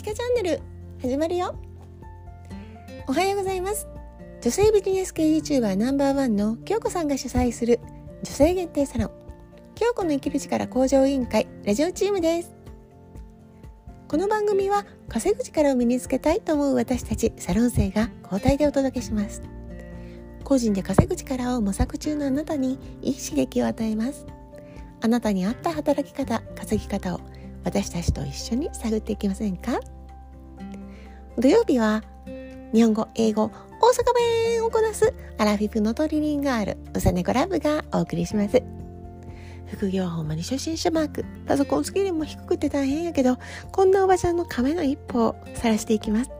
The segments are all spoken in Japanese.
ちかチャンネル始まるよ。おはようございます。女性ビジネス系 YouTuber No.1の京子さんが主催する女性限定サロン京子の生きる力向上委員会ラジオチームです。この番組は稼ぐ力を身につけたいと思う私たちサロン生が交代でお届けします。個人で稼ぐ力を模索中のあなたにいい刺激を与えます。あなたに合った働き方、稼ぎ方を私たちと一緒に探っていきませんか？土曜日は日本語、英語、大阪弁をこなすアラフィフのトリリンガールうさねこラブがお送りします。副業ほんまに初心者マーク、パソコンスキルも低くて大変やけど、こんなおばちゃんの亀の一歩を晒していきます。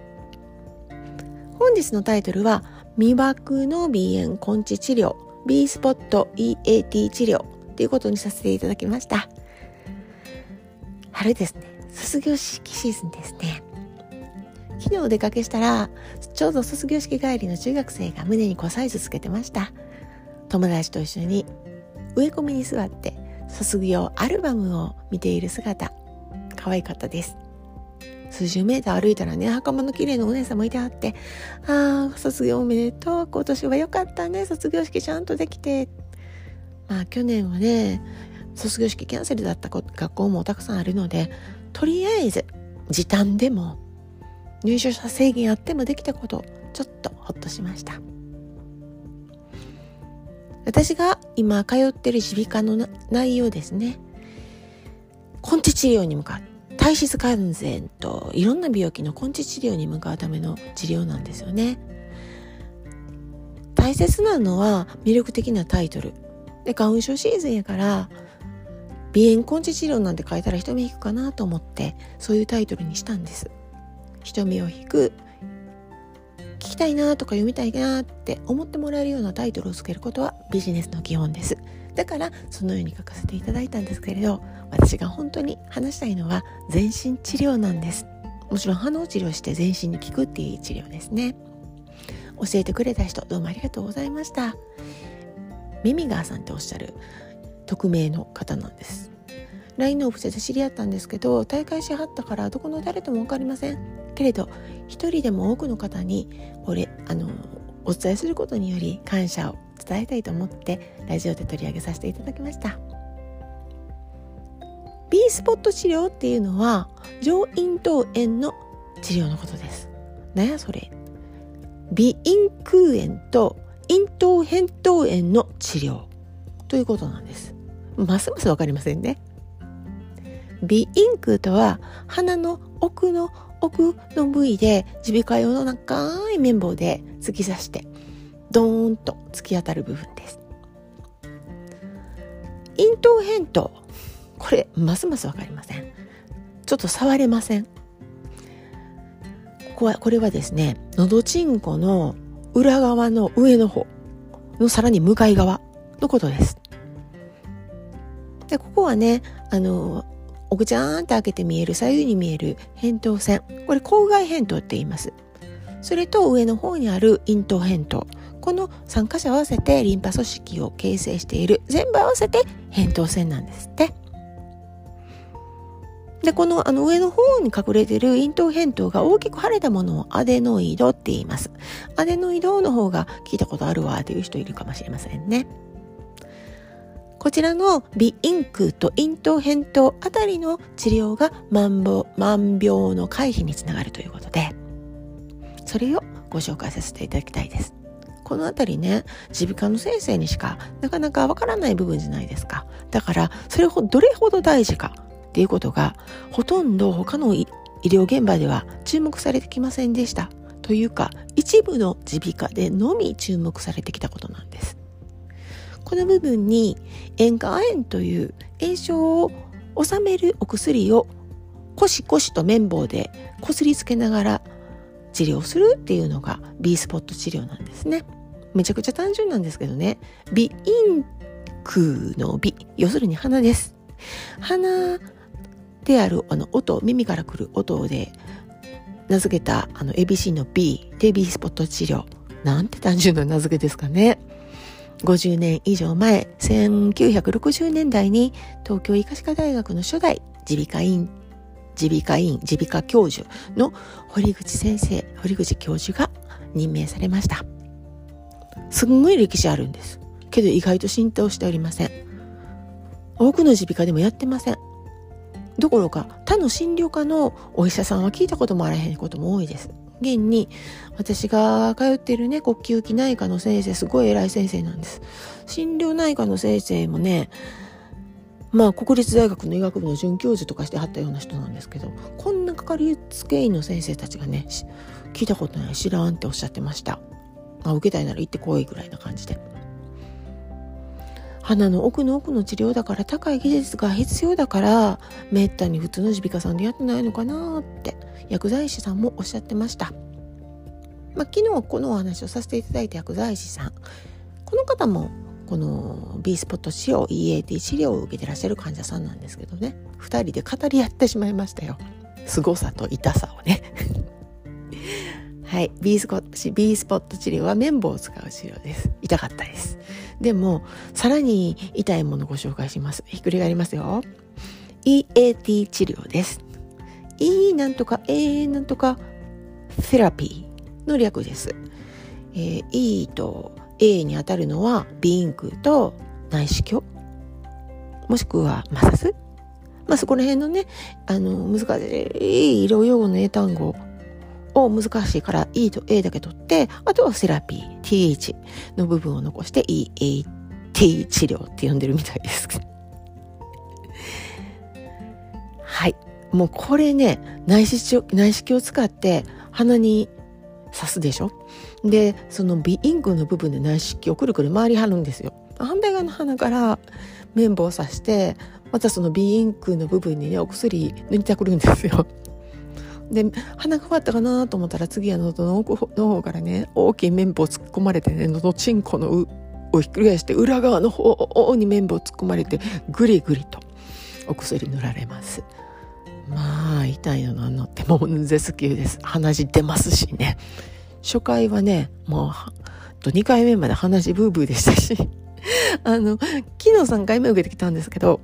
本日のタイトルは未爆の鼻炎根治治療 B スポット EAT 治療ということにさせていただきました。春ですね。卒業式シーズンですね。昨日お出かけしたらちょうど卒業式帰りの中学生が胸に5サイズつけてました。友達と一緒に植え込みに座って卒業アルバムを見ている姿、可愛かったです。数十メーター歩いたらね、袴の綺麗なお姉さんもいてあって、卒業おめでとう、今年は良かったね、卒業式ちゃんとできて。去年はね卒業式キャンセルだった学校もたくさんあるので、とりあえず時短でも入所者制限あってもできたこと、ちょっとほっとしました。私が今通っている耳鼻科の内容ですね、根治治療に向かう、体質改善といろんな病気の根治治療に向かうための治療なんですよね。大切なのは魅力的なタイトルで、花粉症シーズンやから鼻炎根治治療なんて書いたら人目引くかなと思って、そういうタイトルにしたんです。人目を引く、聞きたいなとか読みたいなって思ってもらえるようなタイトルをつけることはビジネスの基本です。だからそのように書かせていただいたんですけれど、私が本当に話したいのは全身治療なんです。もちろん鼻を治療して全身に効くっていう治療ですね。教えてくれた人どうもありがとうございました。ミミガーさんっておっしゃる匿名の方なんです。 LINE のオブジェで知り合ったんですけど、大会しはったからどこの誰とも分かりませんけれど、一人でも多くの方にお伝えすることにより感謝を伝えたいと思ってラジオで取り上げさせていただきました。 B スポット治療っていうのは上咽頭炎の治療のことです。なんやそれ。鼻咽腔炎と咽頭扁桃炎の治療ということなんです。ますますわかりませんね。鼻咽腔とは鼻の奥の部位で耳鼻科用の長い綿棒で突き刺してドーンと突き当たる部分です。咽頭扁桃、これますますわかりません。ちょっと触れません。これはですね、のどちんこの裏側の上の方のさらに向かい側のことです。でここはね、おぐちゃーんって開けて見える、左右に見える扁桃腺、これ口外扁桃って言います。それと上の方にある咽頭扁桃、この3箇所合わせてリンパ組織を形成している、全部合わせて扁桃腺なんですって。でこの上の方に隠れている咽頭扁桃が大きく腫れたものをアデノイドって言います。アデノイドの方が聞いたことあるわという人いるかもしれませんね。こちらの鼻咽腔と咽頭扁桃あたりの治療が万病の回避につながるということで、それをご紹介させていただきたいです。このあたりね、耳鼻科の先生にしかなかなかわからない部分じゃないですか。だからそれをどれほど大事かっていうことがほとんど他の医療現場では注目されてきませんでしたというか、一部の耳鼻科でのみ注目されてきたことなんです。この部分に塩化亜鉛という炎症を治めるお薬をコシコシと綿棒でこすりつけながら治療するっていうのが B スポット治療なんですね。めちゃくちゃ単純なんですけどね、鼻咽腔の鼻、要するに鼻です。鼻である音、耳から来る音で名付けたABC の B で B スポット治療、なんて単純な名付けですかね。50年以上前、1960年代に東京医科歯科大学の初代耳鼻科院耳鼻科教授の堀口教授が任命されました。すんごい歴史あるんです。けど意外と浸透しておりません。多くの耳鼻科でもやってません。どころか他の診療科のお医者さんは聞いたこともあらへんことも多いです。現に私が通っているね、呼吸器内科の先生、すごい偉い先生なんです。心療内科の先生もね、国立大学の医学部の准教授とかしてはったような人なんですけど、こんなかかりつけ医の先生たちがね、聞いたことない、知らんっておっしゃってました。受けたいなら行ってこいぐらいな感じで。鼻の奥の治療だから高い技術が必要だから、めったに普通の耳鼻科さんでやってないのかなって薬剤師さんもおっしゃってました。昨日このお話をさせていただいた薬剤師さん、この方もこの B スポット治療 EAT 治療を受けてらっしゃる患者さんなんですけどね、2人で語り合ってしまいましたよ。凄さと痛さをねはい、B スポット治療は綿棒を使う治療です。痛かったです。でもさらに痛いものをご紹介します。ひっくり返りますよ。 EAT 治療です。 E なんとか A なんとかセラピーの略です。E と A に当たるのは鼻咽腔と内視鏡、もしくは摩擦、そこら辺のね、難しい医療用語の英単語を難しいから E と A だけ取って、あとはセラピー TH の部分を残して EAT 治療って呼んでるみたいですはい、もうこれね、内視鏡を使って鼻に刺すでしょ。でその鼻咽腔の部分で内視鏡をくるくる回りはるんですよ。反対側の鼻から綿棒を刺して、またその鼻咽腔の部分にね、お薬塗りたくるんですよ。で鼻が終わったかなと思ったら、次は喉の奥の方からね、大きい綿棒を突っ込まれてね、喉チンコのをひっくり返して裏側の方に綿棒を突っ込まれて、ぐりぐりとお薬塗られます。痛いのなんのってもう絶級です。鼻血出ますしね。初回はね、もう2回目まで鼻血ブーブーでしたし昨日3回目受けてきたんですけど、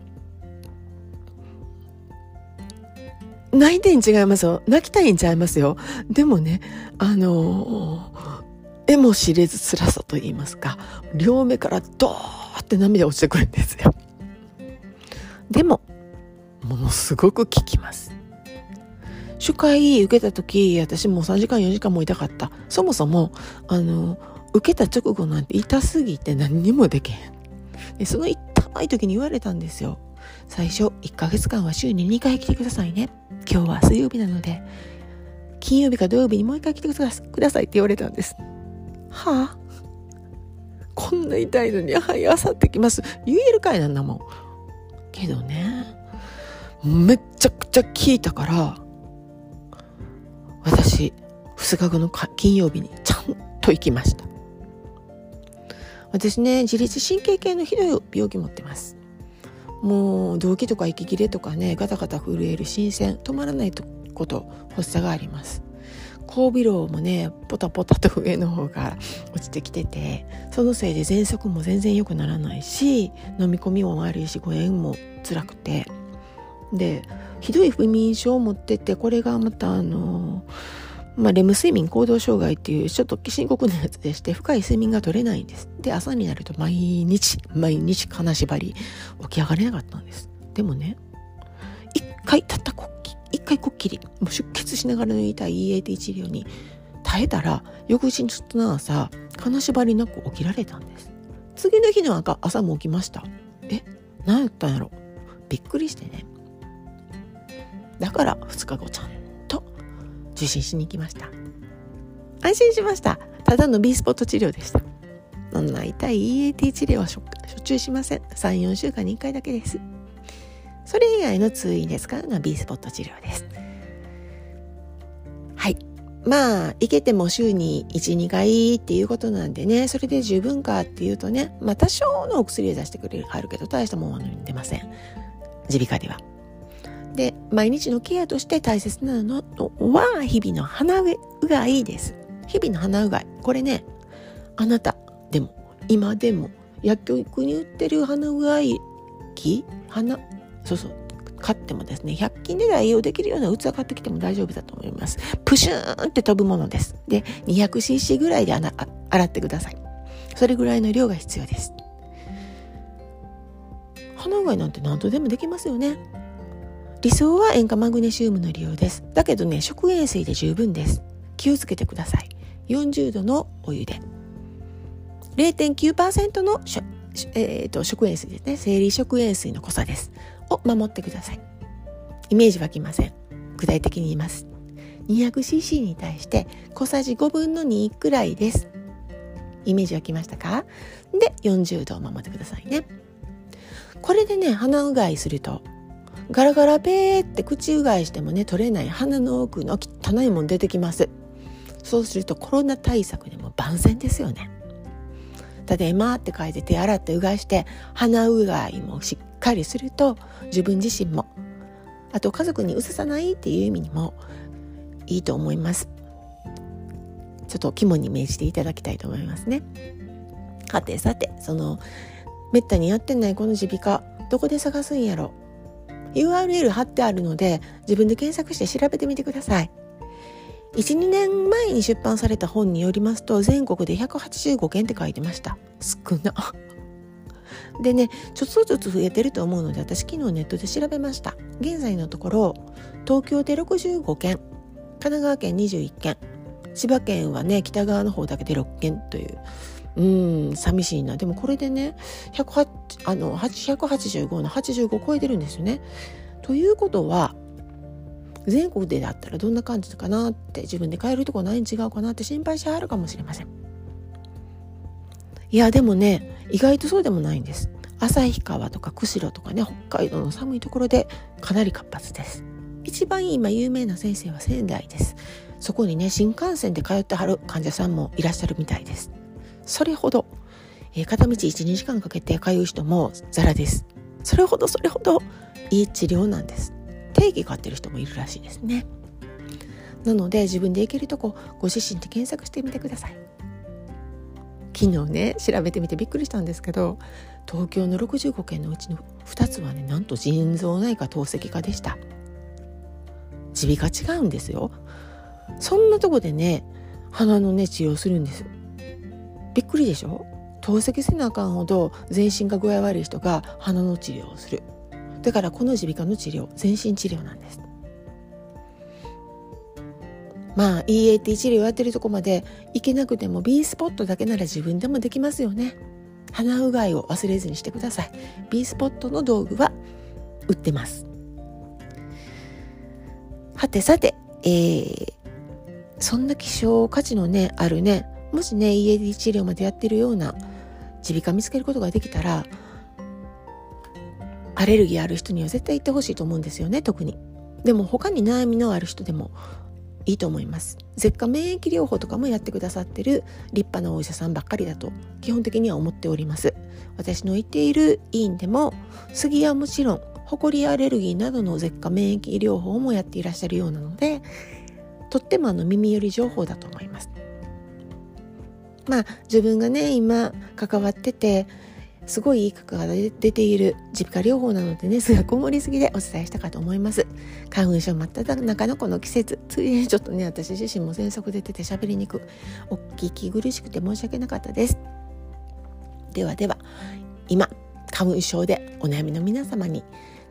泣いてん違いますよ。泣きたいんちゃいますよ。でもね、絵も知れず辛さと言いますか、両目からドーって涙落ちてくるんですよ。でもものすごく効きます。初回受けた時、私もう3時間4時間も痛かった。そもそも受けた直後なんて痛すぎて何にもできへん。でその痛い時に言われたんですよ。最初1ヶ月間は週に2回来てくださいね。今日は水曜日なので金曜日か土曜日にもう1回来てくださいって言われたんです。はあ、こんな痛いのに、はいあさってきます言えるかいなんだもん。けどね、めっちゃくちゃ効いたから、私2日後の金曜日にちゃんと行きました。私ね、自律神経系のひどい病気持ってます。もう動悸とか息切れとかね、ガタガタ震える心線、止まらないこと発作があります。後鼻漏もね、ポタポタと上の方が落ちてきてて、そのせいで喘息も全然良くならないし、飲み込みも悪いし、誤嚥も辛くて、でひどい不眠症を持ってて、これがまたレム睡眠行動障害っていうちょっと深刻なやつでして、深い睡眠が取れないんです。で朝になると毎日金縛り起き上がれなかったんです。でもね、一回こっきりもう出血しながらの痛い EAT 治療に耐えたら、翌日の朝金縛りなく起きられたんです。次の日の朝も起きました。何やったんやろ、びっくりしてね。だから2日後ちゃんと受診しに行きました。安心しました。ただの B スポット治療でした。そんな痛い EAT 治療はしょっちゅうしません。 3,4 週間に1回だけです。それ以外の通院で使うのは B スポット治療です。はい、行けても週に 1,2 回っていうことなんでね、それで十分かっていうとね、多少のお薬を出してくれるあるけど、大したものは出ません、耳鼻科では。で毎日のケアとして大切なのは日々の鼻うがいです。日々の鼻うがい、これね、あなたでも今でも薬局に売ってる鼻うがい機、 買ってもですね、100均で代用できるような器買ってきても大丈夫だと思います。プシューンって飛ぶものです。で 200cc ぐらいで洗ってください。それぐらいの量が必要です。鼻うがいなんて何度でもできますよね。理想は塩化マグネシウムの利用です。だけどね、食塩水で十分です。気をつけてください。40度のお湯で 0.9% の食塩水ですね。生理食塩水の濃さですを守ってください。イメージ湧きません？具体的に言います。 200cc に対して小さじ5分の2くらいです。イメージ湧きましたか？で40度を守ってくださいね。これでね、鼻うがいするとガラガラペーって口うがいしてもね、取れない鼻の奥の汚いもん出てきます。そうするとコロナ対策でも万全ですよね。ただいまって書いて手洗ってうがいして鼻うがいもしっかりすると、自分自身もあと家族にうつさないっていう意味にもいいと思います。ちょっと肝に銘じていただきたいと思いますね。さてそのめったにやってないこの耳鼻科、どこで探すんやろ。 URL 貼ってあるので自分で検索して調べてみてください。 1,2 年前に出版された本によりますと、全国で185件って書いてました。少なでね、ちょっとずつ増えてると思うので、私昨日ネットで調べました。現在のところ東京で65件、神奈川県21件、千葉県はね北側の方だけで6件という、寂しいな。でもこれでね185の85超えてるんですよね。ということは全国でだったらどんな感じかなって、自分で買えるとこないに違うかなって心配しはるかもしれません。いやでもね、意外とそうでもないんです。旭川とか釧路とかね、北海道の寒いところでかなり活発です。一番今有名な先生は仙台です。そこにね新幹線で通ってはる患者さんもいらっしゃるみたいです。それほど、片道 1,2 時間かけて通う人もザラです。それほどいい治療なんです。定期買ってる人もいるらしいですね。なので自分で行けるとこご自身で検索してみてください。昨日ね調べてみてびっくりしたんですけど、東京の65件のうちの2つはね、なんと腎臓内科透析科でした。耳鼻科違うんですよ。そんなとこでね鼻のね治療するんです。びっくりでしょ。透析せなあかんほど全身が具合悪い人が鼻の治療をする。だからこの耳鼻科の治療、全身治療なんです。まあ EAT 治療やってるとこまで行けなくても B スポットだけなら自分でもできますよね。鼻うがいを忘れずにしてください。 B スポットの道具は売ってます。さて、そんな希少価値のねあるね、もしね EAT 治療までやってるような耳鼻科見つけることができたら、アレルギーある人には絶対行ってほしいと思うんですよね。特にでも他に悩みのある人でもいいと思います。舌下免疫療法とかもやってくださってる立派なお医者さんばっかりだと基本的には思っております。私の行っている医院でも杉はもちろんホコリアレルギーなどの舌下免疫療法もやっていらっしゃるようなので、とっても耳寄り情報だと思います。まあ自分がね今関わっててすごいいい効果が出ている耳鼻科療法なのでね、すがこもりすぎでお伝えしたかと思います。花粉症真っ只中のこの季節、ついにちょっとね私自身も喘息出てて喋りにくく、お聞き苦しくて申し訳なかったです。では今花粉症でお悩みの皆様に、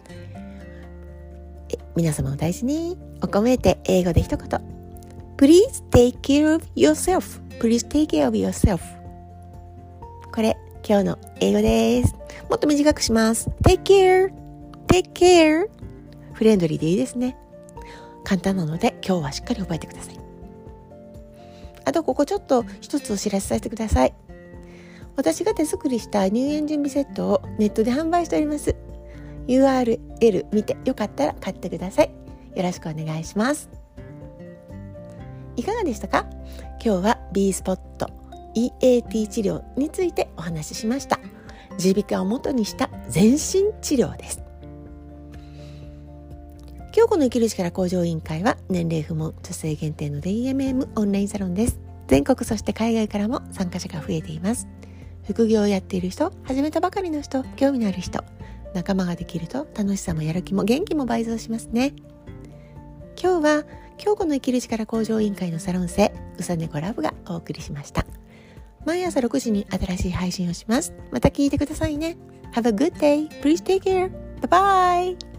皆様を大事にを込めて英語で一言 Please take care of yourself. Please take care of yourself. これ今日の英語です。もっと短くします。Take care. フレンドリーでいいですね。簡単なので今日はしっかり覚えてください。あとここちょっと一つお知らせさせてください。私が手作りした入園準備セットをネットで販売しております。URL 見てよかったら買ってください。よろしくお願いします。いかがでしたか？今日は B スポットEAT 治療についてお話ししました。耳鼻科を元にした全身治療です。京子の生きる力向上委員会は年齢不問、女性限定の DMM オンラインサロンです。全国そして海外からも参加者が増えています。副業をやっている人、始めたばかりの人、興味のある人、 仲間ができると楽しさもやる気も元気も倍増しますね。今日は京子の生きる力向上委員会のサロン生うさねこラブがお送りしました。毎朝6時に新しい配信をします。また聞いてくださいね。Have a good day. Please take care. Bye bye.